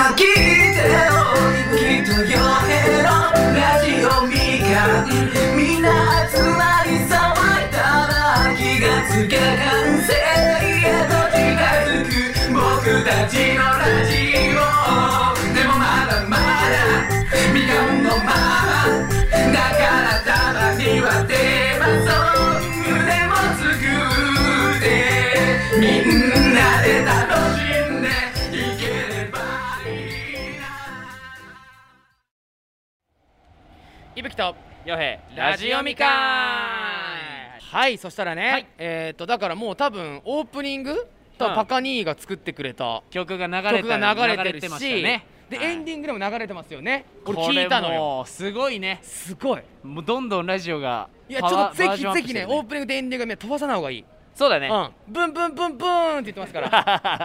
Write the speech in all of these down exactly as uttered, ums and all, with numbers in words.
聞いてよきっとよへのラジオみかんみんな集まり騒いだら気がつけ完成へと近づく僕たちのラジオでもまだまだみかんのままだからたまにはテーマソングでも作ってみんなで楽しんでいければいいな。 いぶきとよへラジオみかん。 はい、そしたらね、 はい、 えっとだからもう多分オープニングとパカニーが作ってくれた曲が流れた曲が流れてるし、 ましたね。 で、 はい、 エンディングでも流れてますよね。俺聞いたのよ。 すごいね。 すごい。 もうどんどんラジオがいやちょっとぜひぜひね、オーププニングでエンディングで飛ばさない方がいい。 そうだね。 うん。ブンブンブンブーンって言ってますから。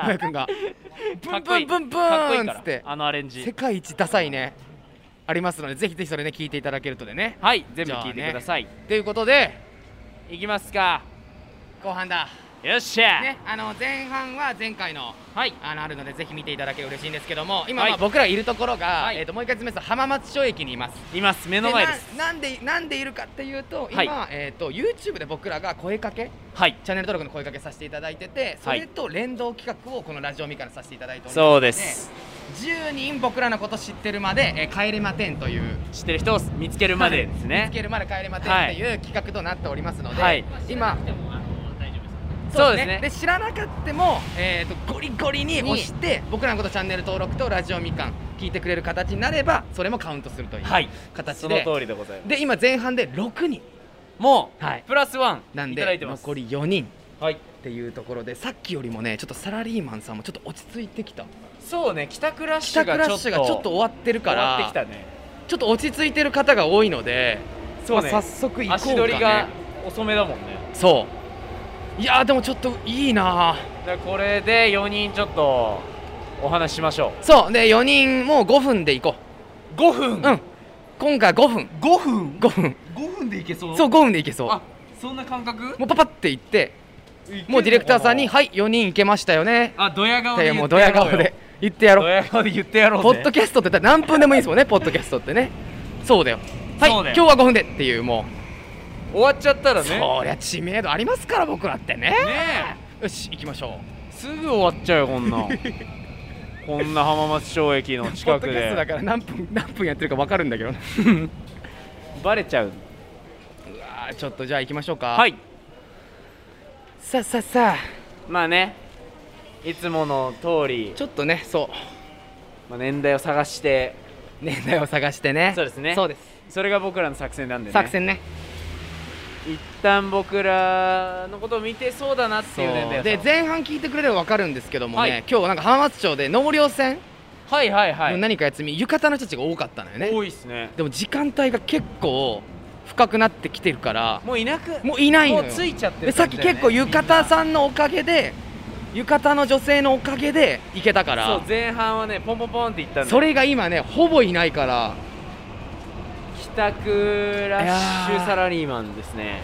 マイ君が。ブンブンブンブーンっつって。 あのアレンジ。 世界一ダサいね。ありますので、ぜひぜひそれね聞いていただけるとでね。 はい、全部聞いてください。 ということで、 いきますか。 後半だ。 よっしゃ。 ね、あの前半は前回の、 はい、 あのあるのでぜひ見ていただけると嬉しいんですけども、今、まあ、僕らいるところが、はい、えーともう一回説明すると浜松町駅にいます。 います、目の前です。 な, なんでなんでいるかっていうと、今、はい、えーと YouTube で僕らが声かけ、はい、チャンネル登録の声かけさせていただいてて、それと連動企画をこのラジオミカでさせていただいておりますので、そうです。じゅうにん僕らのこと知ってるまで、えー、帰れまてんという知ってる人を見つけるまでですね、はい、 見つけるまで帰れまてんっていう企画となっておりますので、はい、今そうですね。 で知らなかったも、えー、とゴリゴリに押して僕らのことチャンネル登録とラジオみかん聞いてくれる形になればそれもカウントするという形で、 はい、その通りでございます。 で今前半でろくにんもう、はい、プラスワンなんで残りよにんっていうところで、さっきよりもねちょっとサラリーマンさんもちょっと落ち着いてきた。 そうね、帰宅ラッシュがちょっと帰宅ラッシュがちょっと終わってるから終わってきたね。 ちょっと落ち着いてる方が多いので、そうね、まあ、早速行こうかね。 足取りが遅めだもんね。 そういやーでもちょっといいなー。 じゃあこれでよにんちょっとお話ししましょう。 そうでよにんもうごふんでいこう。ごふん。 うん今回ごふん。 ごふん。 ごふん。 ごふんでいけそう。 そうごふんでいけそう。 あ、そんな感覚？ もうパパって言ってもうディレクターさんにはいよにんいけましたよね。 あ、ドヤ顔で言ってやろうよ。 もうドヤ顔で言ってやろう。 ドヤ顔で言ってやろう。 ポッドキャストって何分でもいいですもんね。ポッドキャストってね。そうだよ。はい今日はごふんでっていうもう終わっちゃったらね。 そりゃ知名度ありますから僕らってね。 ねえ。よし行きましょう。すぐ終わっちゃうよこんな。こんな浜松町駅の近くで。 ポッドキャストだから何分何分やってるか分かるんだけど。 バレちゃう。 うわちょっとじゃあ行きましょうか。 はい。 さあさあさあ。 まあね。いつもの通り。 ちょっとねそう。 まあ年代を探して。 年代を探してね。 そうですね。 そうです。 それが僕らの作戦なんでね。 作戦ね。 一旦僕らのことを見てそうだなっていう年代で前半聞いてくれれば分かるんですけどもね、はい、今日なんか浜松町で納涼船はいはいはい何かやつみ浴衣の人たちが多かったのよね。 多いっすね。 でも時間帯が結構深くなってきてるからもういなくもういないのよ。 もうついちゃってる、 ね、でさっき結構浴衣さんのおかげで浴衣の女性のおかげで行けたから。 そう前半はねポンポンポンっていったんでそれが今ねほぼいないから帰宅ラッシュサラリーマンですね。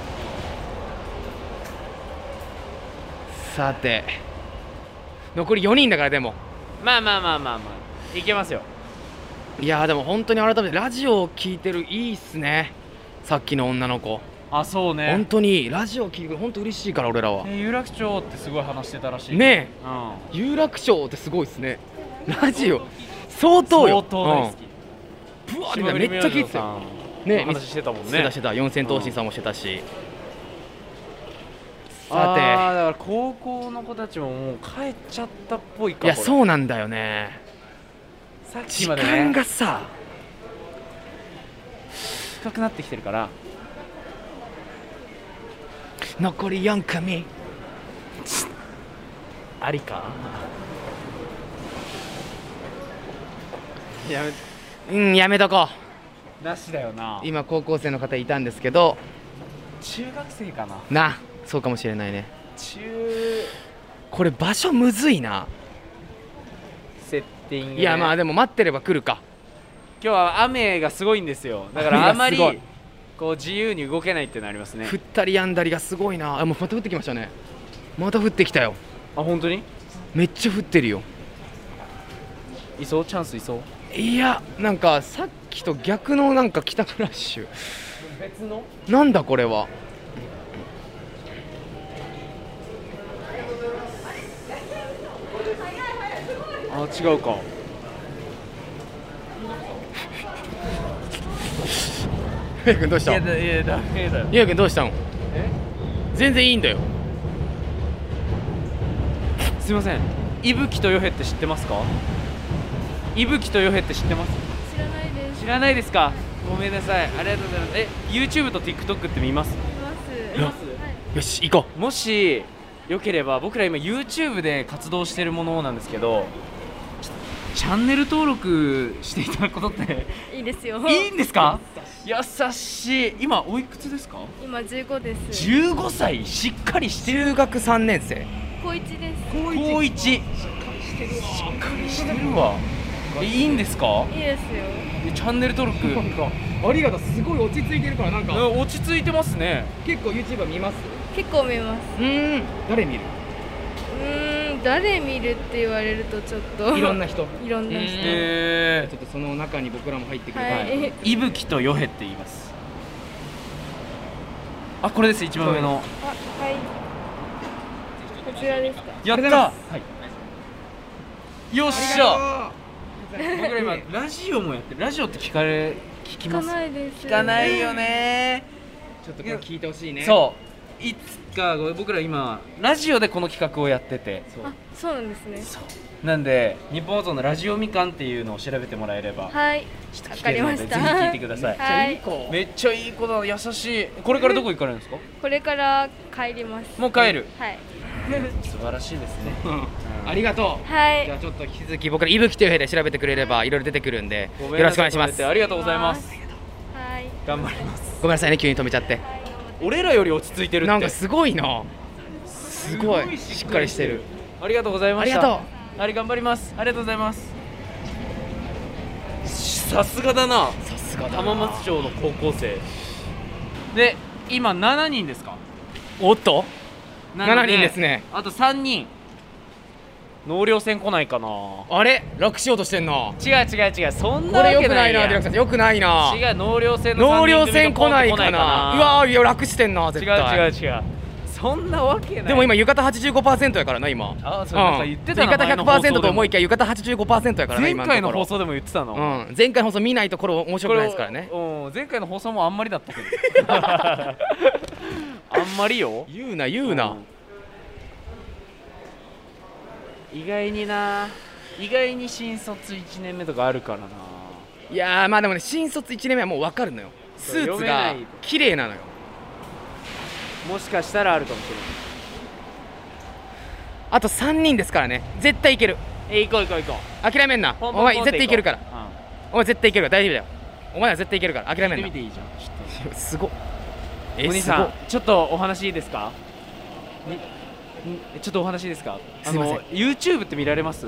さて残りよにんだからでもまあまあまあまあまあいけますよ。 いやーでも本当に改めてラジオを聞いてるいいっすね。さっきの女の子。 あそうね本当にラジオ聞いてる本当嬉しいから俺らは。 えー、有楽町ってすごい話してたらしいねえ、うん、有楽町ってすごいっすね。ラジオ相当よ。 相当大好き。ブワーってめっちゃ聞いてたよね。話してたもんね。 してたしてた四千頭身さんもしてたし、 うん、さてあだから高校の子たちももう帰っちゃったっぽいか。 いやそうなんだよね。 さっきまでね時間がさ深くなってきてるから残りよん組ありかやめうんやめとこうなしだよな。 今高校生の方いたんですけど中学生かななそうかもしれないね。 中これ場所むずいなセッティング、ね、 いやまあでも待ってれば来るか。 今日は雨がすごいんですよ。だからあまりこう自由に動けないっていうのありますね。 降ったりやんだりがすごいなあ。もうまた降ってきましたね。また降ってきたよ。 あ本当にめっちゃ降ってるよ。 いそうチャンスいそう。 いやなんかさっきと逆のなんか帰宅ラッシュ。 別のなんだこれは。 あ違うか。 ゆうやくんどうしたの。 いやいやダメだよ。 ゆうやくんどうしたの。 え全然いいんだよ。 すいません、伊吹とヨヘって知ってますか。伊吹とヨヘって知ってます。 知らないです。 知らないですか。ごめんなさい、ありがとうございます。え YouTube と TikTok って見ます。 見ます。 よし行こもしよければ僕ら今 YouTube で活動してるものなんですけど、チャンネル登録していただくことっていいですよ。 いいんですか。優しい。今おいくつですか。 今じゅうごです。 じゅうごさい。しっかりしてる。 中学さんねん生。 高一です。 高一。しっかりしてるわ。いいんですか。 いいですよ。 チャンネル登録なんかありがとう。すごい落ち着いてるからなんか落ち着いてますね。 結構 YouTuber 見ます。 結構見ます。 うーん誰見る。 うーん誰見るって言われるとちょっといろんな人。 いろんな人。 えちょっとその中に僕らも入ってくる。 はい。 伊吹とヨヘって言います。あこれです一番上の。 あはい。こちらですか。 やった。はい。よっしゃ。僕ら今ラジオもやってる。ラジオって聞かれ聞きます。 聞かないです。 聞かないよね。 ちょっとこれ聞いてほしいね。 そういつか僕ら今ラジオでこの企画をやってて、 あそうなんですね。 そうなんで日本放送のラジオみかんっていうのを調べてもらえればはいわかりました。 ぜひ聞いてください。 はいめっちゃいい子だ。優しい。これからどこ行かれるんですか。 これから帰ります。 もう帰る。 はい素晴らしいですね。 ありがとう。 はいじゃあちょっと引き続き僕ら伊吹という部で調べてくれればいろいろ出てくるんでよろしくお願いします。 ありがとうございます。 はい頑張ります。 ごめんなさいね急に止めちゃって。 俺らより落ち着いてるって。 なんかすごいな。すごいしっかりしてる。 ありがとうございました。 ありがとう。あれ頑張ります。ありがとうございます。さすがだな。 さすがだな。 浜松町の高校生で今しちにんですか。 おっとなのしちにんですね。 あとさんにん納涼船来ないかな。 あれ楽しようとしてんな。 違う違う違う。そんこなわれよくないな。 けないやん。 ディラクさんよくないな。 違う納涼船の納涼船来ないさんにん組がポンとかな。うわーいや楽してんな絶対。 違う違う違う。そんなわけない。 でも今浴衣 はちじゅうごパーセント やからな今。 あそうなんか言ってたな。 浴衣 ひゃくパーセント と思いきや浴衣 はちじゅうごパーセント やからな前今回の放送でも言ってたの。 うん前回の放送見ないとこれ面白くないですからね。 うん前回の放送もあんまりだったけどあんまりよ。 言うな言うな。 意外にな。意外に新卒いちねんめとかあるからな。 いやーまあでもね新卒いちねんめはもう分かるのよ。スーツが綺麗なのよ。 もしかしたらあるかもしれない。 あとさんにんですからね絶対いける。 え行こう行こう行こう。 諦めんな。 ポンポンポンお前絶対いけるから。 うんお前絶対いけるから大丈夫だよ。お前は絶対いけるから諦めんな。 見てみていいじゃん。ちょっすごっ。 とお兄さんちょっとお話いいですか。ちょっとお話いいですか。あの YouTube って見られます。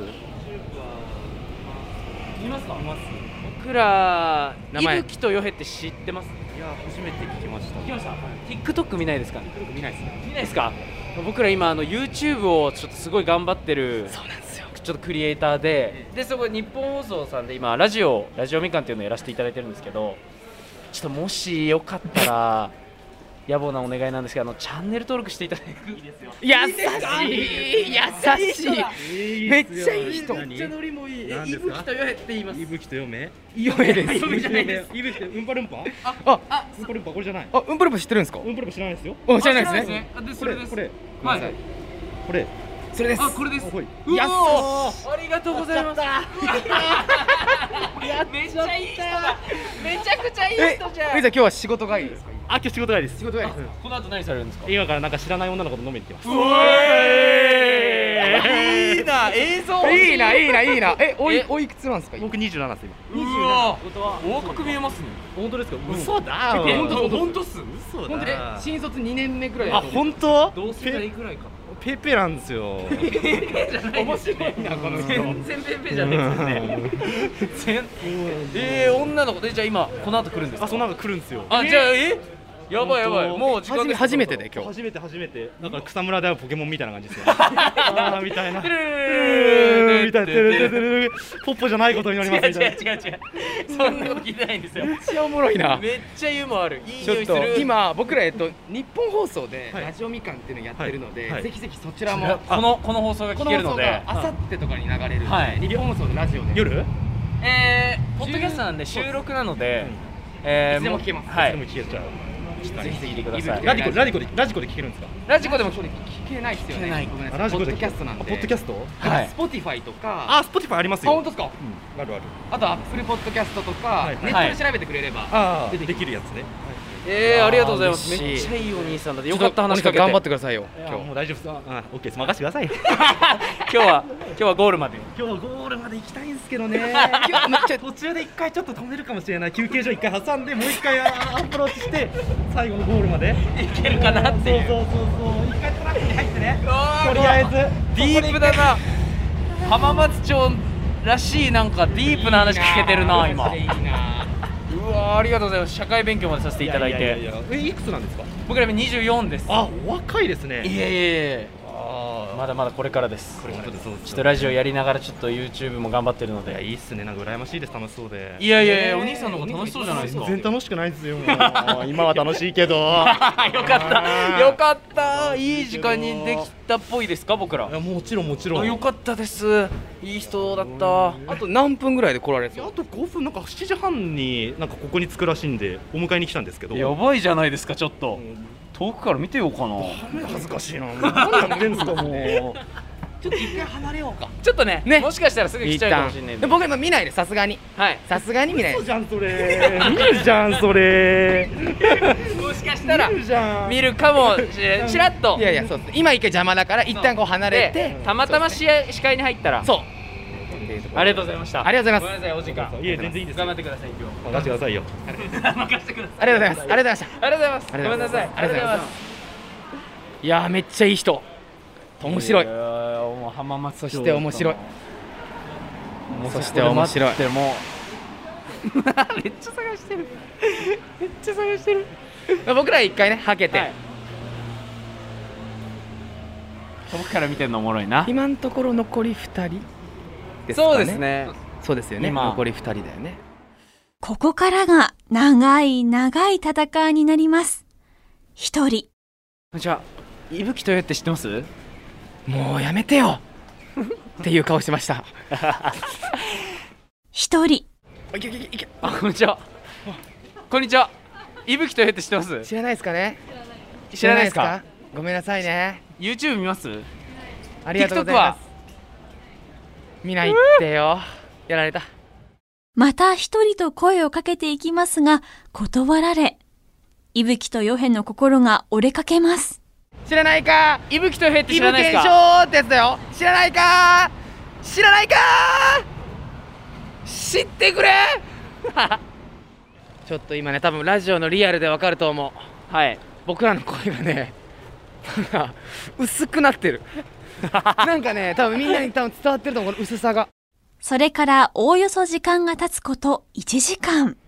見ますか。見ます。僕ら伊吹とヨヘって知ってます。 いや初めて聞きました。 聞きました。TikTok 見ないですか。 見ないですね。 見ないですか。僕ら今あの YouTube をちょっとすごい頑張ってる。 そうなんですよ。 ちょっとクリエイターで、でそこ日本放送さんで今ラジオラジオみかんっていうのをやらせていただいてるんですけど、ちょっともしよかったら野暮なお願いなんですけど、あのチャンネル登録していただく。いいですよ。 優しい優しい。めっちゃいい人。 めっちゃノリもいい。 何ですか。 伊吹とヨヘって言います。 伊吹と嫁。 嫁です。 嫁じゃないです。 伊吹ってうんぱるんぱ。 ああうんぱるんぱこれじゃない。 あうんぷるぷ知ってるんですか。 うんぱるんぱ知らないですよ。 お知らないですね。 あでそこれれです。 これはいこれそれです。 あこれです。 ほい。 うわやっーありがとうございます。めっちゃいい人だ。めちゃくちゃいいえ人じゃん。 えじゃあ今日は仕事帰りですか。 あ今日仕事帰りです。 仕事帰り。 この後何されるんですか。 今からなんか知らない女の子と飲みに行ってます。 うえーいいな映像。 いいないいないいな。えおいえおいくつなんですか。 僕にじゅうななです今。 うわお若く見えますね。 本当ですか。 嘘だえ本当本当っす。 嘘本当で新卒にねんめくらい。 あ本当。 同世代ぐらいかな。 ペーペーなんですよ。 面白いなこの人。 全然ペンペンじゃねえですね。全えー女の子でじゃあ今この後来るんですか。 あそのなんか来るんですよ。 あじゃあえやばいやばい、もう時間です。 初めてで今日。 初めて初めて。だから草むらではポケモンみたいな感じですよ。ああみたいな。みたいな。ポッポじゃないことになります。 違う違う違う違う。そんなこと聞いてないんですよ。 めっちゃおもろいな。 めっちゃユーモアある。いいちょっと匂いする。 今僕らえっと日本放送でラジオみかんっていうのやってるので、ぜひぜひそちらもこのこの放送が聞けるので、 あさってとかに流れる。 はい。 日本放送のラジオで。 夜？ えー、ポッドキャストなんで収録なので、えいつでも聞けます。 はい。 でも聞けちゃう。 ぜひ聞いてください。 ラジコラジコでラジコで聞けるんですか？ ラジコでも聞けないですよね。ごめんなさい。 ラジコでポッドキャストなんで。 ポッドキャスト？ はい。 スポティファイとか。 あ、スポティファイありますよ。 あ、本当ですか？ あるある。 あとアップルポッドキャストとかネットで調べてくれれば。 ああ、できるやつね。 えー、ありがとうございます。 嬉しいめっちゃいいお兄さんだって。よかった話しかけて。 頑張ってくださいよ。 今日もう大丈夫です。あ、オッケーです。任せてくださいよ。 今日は今日はゴールまで。 今日はゴールまで行きたいんですけどね。 今日めっちゃ途中で一回ちょっと止めるかもしれない。休憩所一回挟んでもう一回アプローチして最後のゴールまでいけるかなっていう。 そうそうそうそう。一回トラックに入ってね。 ととりあえずディープだな。浜松町らしいなんかディープな話聞けてるな今。 いいな。 うわー、ありがとうございます。社会勉強までさせていただいて。 え、いくつなんですか？ 僕ら今にじゅうよんです。 あ、お若いですね。 いえいえいえ。 あまだまだこれからです。 これからです。 ちょっとラジオやりながらちょっと YouTube も頑張ってるのいや、 で。 いいっすね。なんか羨ましいです。楽しそうで。 いやいやいや、お兄さんの方が楽しそうじゃないですか。 全然楽しくないですよ。もう今は楽しいけど。 よかったよかった。いい時間にできたっぽいですか、僕ら。 いや、もちろんもちろん。 あ、よかったです。いい人だった。 あと何分ぐらいで来られるんですか？ あとごふん、なんかしちじはんになんかここに着くらしいんでお迎えに来たんですけど。 やばいじゃないですか、ちょっと。遠くから見てようかな。 恥ずかしいな。何やってんすかもう。 ちょっと一回離れようか。 ちょっとね、 ねもしかしたらすぐ来ちゃうかもしれないんで。 僕今見ないで、さすがに。 はい。 さすがに見ないで。 じゃんそれ。見るじゃんそれ。 もしかしたら見るじゃん。 見るかもしれない。ちらっと。 いやいや、そうです。今一回邪魔だから一旦こう離れて、 たまたま試合視界に入ったら。 そう。 ありがとうございました。 ありがとうございます。 ごめんなさい、お時間。 いえ、全然いいです。 頑張ってください、今日。 任せてくださいよ。 任せてください。 ありがとうございます。ありがとうございました。 ありがとうございます。ごめんなさい。 ありがとうございます。いやー、めっちゃいい人。面白い。 もう浜松。 そして面白い。そして面白い。もうめっちゃ探してる。めっちゃ探してる。 僕ら一回ね、はけて。 僕から見てるのおもろいな。 今のところ残りふたりですかね。 そうですね。 そうですよね。残りふたりだよね。 ここからが長い長い戦いになります。一人。 じゃあ、伊吹豊って知ってます？ もうやめてよっていう顔してました。 一人。 いけいけいけ。 あ、こんにちは。こんにちは。伊吹豊って知ってます？ 知らないですかね。 知らないですか？ ごめんなさいね。 YouTube 見ます？ ありがとうございます。見ないってよ。やられた。 また一人と声をかけていきますが、断られ、伊吹とヨヘの心が折れかけます。 知らないか？ 伊吹と平って知らないですか？ 伊吹検証ってやつだよ。知らないか？知らないか？知ってくれ。ちょっと今ね、多分ラジオのリアルでわかると思う。 はい。 僕らの声がね、なんか薄くなってる。なんかね、多分みんなに多分伝わってると思う、この薄さが。 それからおおよそ時間が経つこといちじかん。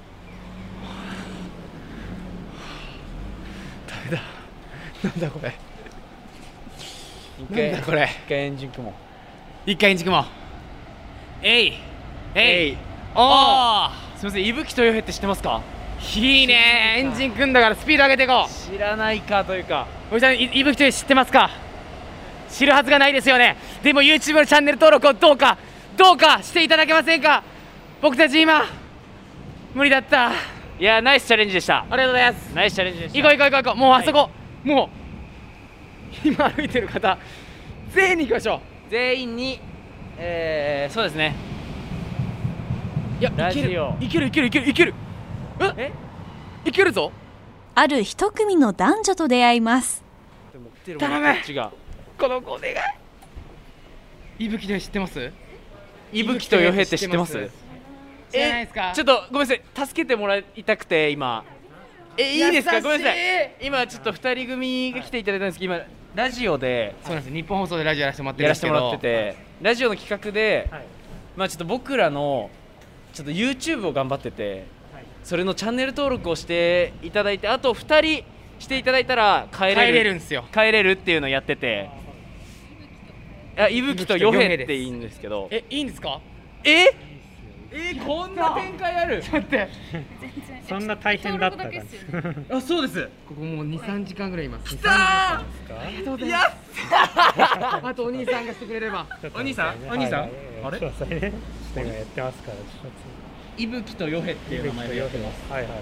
ダメだ。なんだこれ。 一回なんだこれ。 一回エンジン組もう。 一回エンジン組もう。えいえい。 おー、すみません、伊吹豊平って知ってますか？ いいね。エンジン組んだからスピード上げていこう。知らないかというか。 おじさん、伊吹豊平知ってますか？知るはずがないですよね。でも YouTube のチャンネル登録をどうかどうかしていただけませんか？僕たち今無理だった。 いや、ナイスチャレンジでした。 ありがとうございます。 ナイスチャレンジでした。 行こう行こう行こう行こう。もうあそこ、はい、もう今歩いてる方全員に行きましょう。 全員に、えー、そうですね。 いや、いけるいけるいけるいけるいける。えいけるぞ。 ある一組の男女と出会います。 頼む。この子お願い。伊吹で知ってます？ 伊吹とヨヘって知ってます？ 知らないですか？ ちょっとごめんなさい、助けてもらいたくて今。え、いいですか？ごめんなさい。今ちょっとふたり組が来ていただいたんですけど、今ラジオで、 そうなんです。日本放送でラジオやらせてもらってるんですけど、やらせてもらってて、ラジオの企画で、まあちょっと僕らのちょっと YouTube を頑張ってて、 それのチャンネル登録をしていただいて、あとふたりしていただいたら帰れる帰れるんですよ。 帰れるっていうのをやってて、あ、いぶきとよへっていいんですけど、 え、いいんですか？ ええー、こんな展開ある。 ちょっと待って、 そんな大変だった感じ。 あ、そうです。 ここもうに、さんじかんぐらいいます。 きたー。 ありがとうございます。あとお兄さんがしてくれれば。 お兄さん、お兄さん、 あれ？そうですね。今やってますから。 いぶきとよへっていう名前でやってます。 はいはい。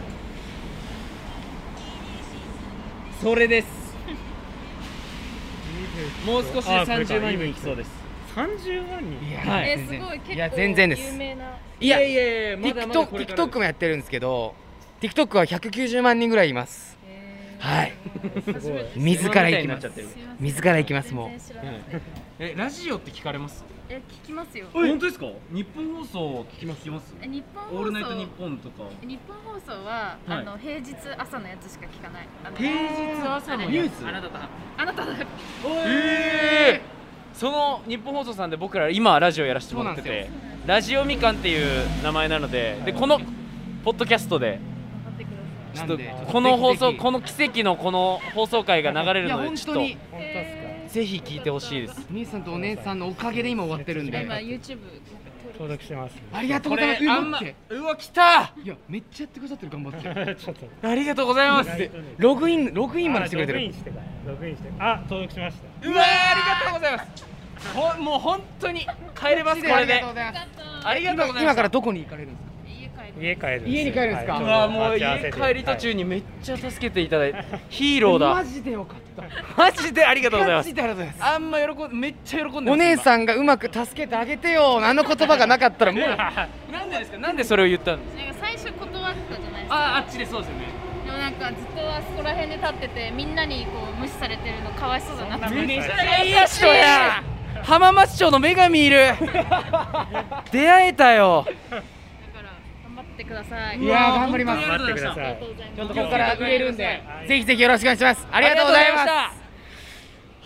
それです。もう少しでさんじゅうまんにんいきそうです。 さんじゅうまんにん。 いや、 はい、 えー、すごい、結いや構全然です。 有名な。 いやいやいや、まだまだこれからです。 TikTok もやってるんですけど、TikTok はひゃくきゅうじゅうまんにんぐらいいます。はい。 すごい。 自ら行きます。自ら行きますもう。 え、ラジオって聞かれます？ え、聞きますよ。 本当ですか？日本放送聞きます？聞きます？ え、日本放送。 オールナイトニッポンとか。 日本放送は、あの平日朝のやつしか聞かない。 平日朝のニュース？ あなただ。あなただ。 ええ。その日本放送さんで僕ら今ラジオやらせてもらってて、ラジオみかんっていう名前なので、でこのポッドキャストでちょっとこの放送、この奇跡のこの放送回が流れるので、ちょっとぜひ聞いてほしいです。 お兄さんとお姉さんのおかげで今終わってるんで。 今 YouTube 登録してます。 ありがとうございます。 あんま、うわ来た。 いや、めっちゃやってくださってる、頑張って。 ちょっと。 ありがとうございます。 ログイン、ログインまでしてくれてる。 ログインしてから。ログインして。あ、登録しました。 うわー、ありがとうございます。ほもう本当に帰れます、これで。ありがとうございます。 今からどこに行かれるんですか？ 家帰る。 家に帰るんですか？ うわ、もう家帰り途中にめっちゃ助けていただいて、ヒーローだ。 マジでよかった。 マジでありがとうございます。 マジでありがとうございます。 あんま喜ん、めっちゃ喜んでます。 お姉さんがうまく助けてあげてよ。あの言葉がなかったらもう。 なんでですか？なんでそれを言ったんですか？ なんか最初断ったじゃないですか。 あ、あっちでそうですよね。 でもなんかずっとあそこら辺で立ってて、みんなにこう無視されてるのかわいそうだなって思って。 めっちゃいい人や。浜松町の女神いる。出会えたよ。 だから頑張ってください。 いやー、頑張ります。 頑張ってください。 ちょっとここから売れるんで、ぜひぜひよろしくお願いします。ありがとうございます。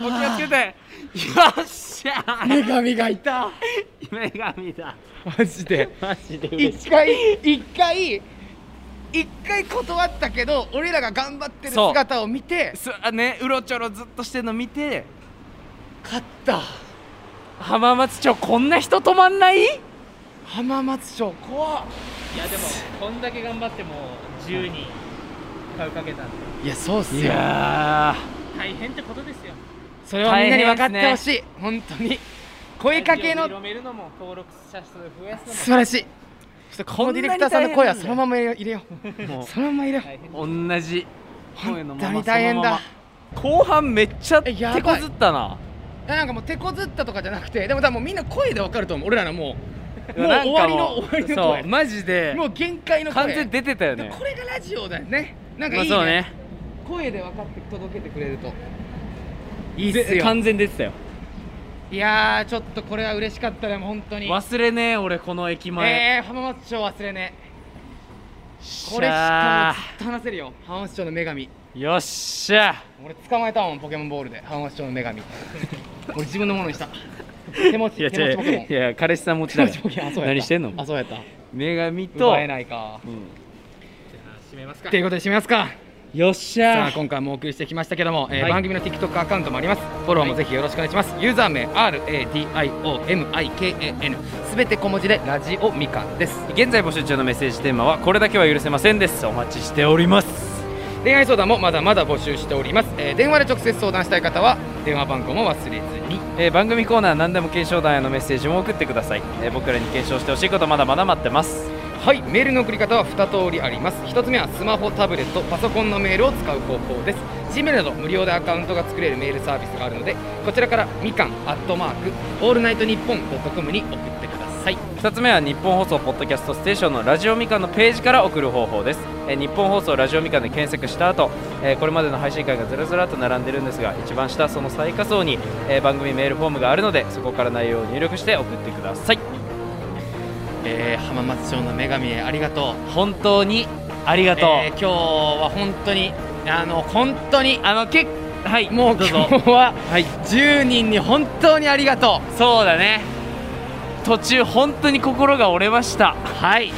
お気をつけて。よっしゃ。 女神がいた。 女神だ。 マジで。 マジで。 一回一回一回断ったけど、俺らが頑張ってる姿を見て、 すね、うろちょろずっとしてるの見て、 勝った。 浜松町こんな人止まんない？ 浜松町怖っ。 いやでもこんだけ頑張ってもじゅうにん買うかけたんで。 いや、そうっすよ。 いや大変ってことですよ。 それをみんなに分かってほしい。本当に声かけの広めるのも登録者数増やすのも素晴らしい。ちょっとこのディレクターさんの声はそのまま入れよう。 もうそのまま入れよー、同じ声のまま。 本当に大変だ。 後半めっちゃ手こずったな。 う。なんかもう手こずったとかじゃなくて、でも多分みんな声で分かると思う。俺らのもうもう終わりの終わりの声。 そうマジでもう限界の声。 完全出てたよね。 これがラジオだよね。なんかいいね。 まあそうね。 声で分かって届けてくれるといいっすよ。 完全出てたよ。 いやー、ちょっとこれは嬉しかったね、もう本当に。 忘れねえ俺この駅前。 えー、浜松町忘れねえ。これしかもずっと話せるよ。浜松町の女神。 よっしゃ。 俺捕まえたもん、ポケモンボールで浜松町の女神。俺自分のものにした。手持ちいや手持ちポケモン。 いや彼氏さん持ちだ手持ちポケモン。あ、そうやった。 何してんの？ あ、そうやった。 女神と奪えないか。 うん、 締めますか。 ということで締めますか。 よっしゃ。 さあ今回もお送りしてきましたけども、えーはい、番組の TikTok アカウントもあります。フォローもぜひよろしくお願いします。ユーザー名 アールエーディーアイオーエムアイケーエーエヌ すべて小文字でラジオみかんです。 現在募集中のメッセージテーマはこれだけは許せませんです。お待ちしております。 恋愛相談もまだまだ募集しております。えー、電話で直接相談したい方は電話番号も忘れずに、 えー、番組コーナー何でも検証団へのメッセージも送ってください。えー、僕らに検証してほしいことまだまだ待ってます。 はい、メールの送り方はに通りあります。ひとつめはスマホ、タブレット、パソコンのメールを使う方法です。 Gmail など無料でアカウントが作れるメールサービスがあるので、こちらからみかんアットマークオールナイトニッポンドットコムに送ってください。 ふたつめは日本放送ポッドキャストステーションのラジオみかんのページから送る方法です。えー、日本放送ラジオみかんで検索した後、えー、これまでの配信会がずらずらと並んでるんですが、一番下その最下層に、えー、番組メールフォームがあるので、そこから内容を入力して送ってください。 えー、浜松町の女神へありがとう。 本当にありがとう。 えー、今日は本当にあの本当にあのけはいもう今日は、はい、じゅうにんに本当にありがとう。 そうだね、途中本当に心が折れました。 はい、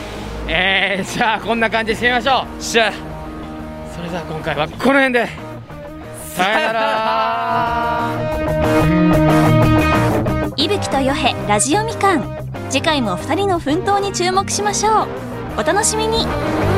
えー、じゃあこんな感じでしてみましょう。 しゃそれでは今回はこの辺でさよなら。 伊吹とよへラジオみかん、次回もふたりの奮闘に注目しましょう。お楽しみに。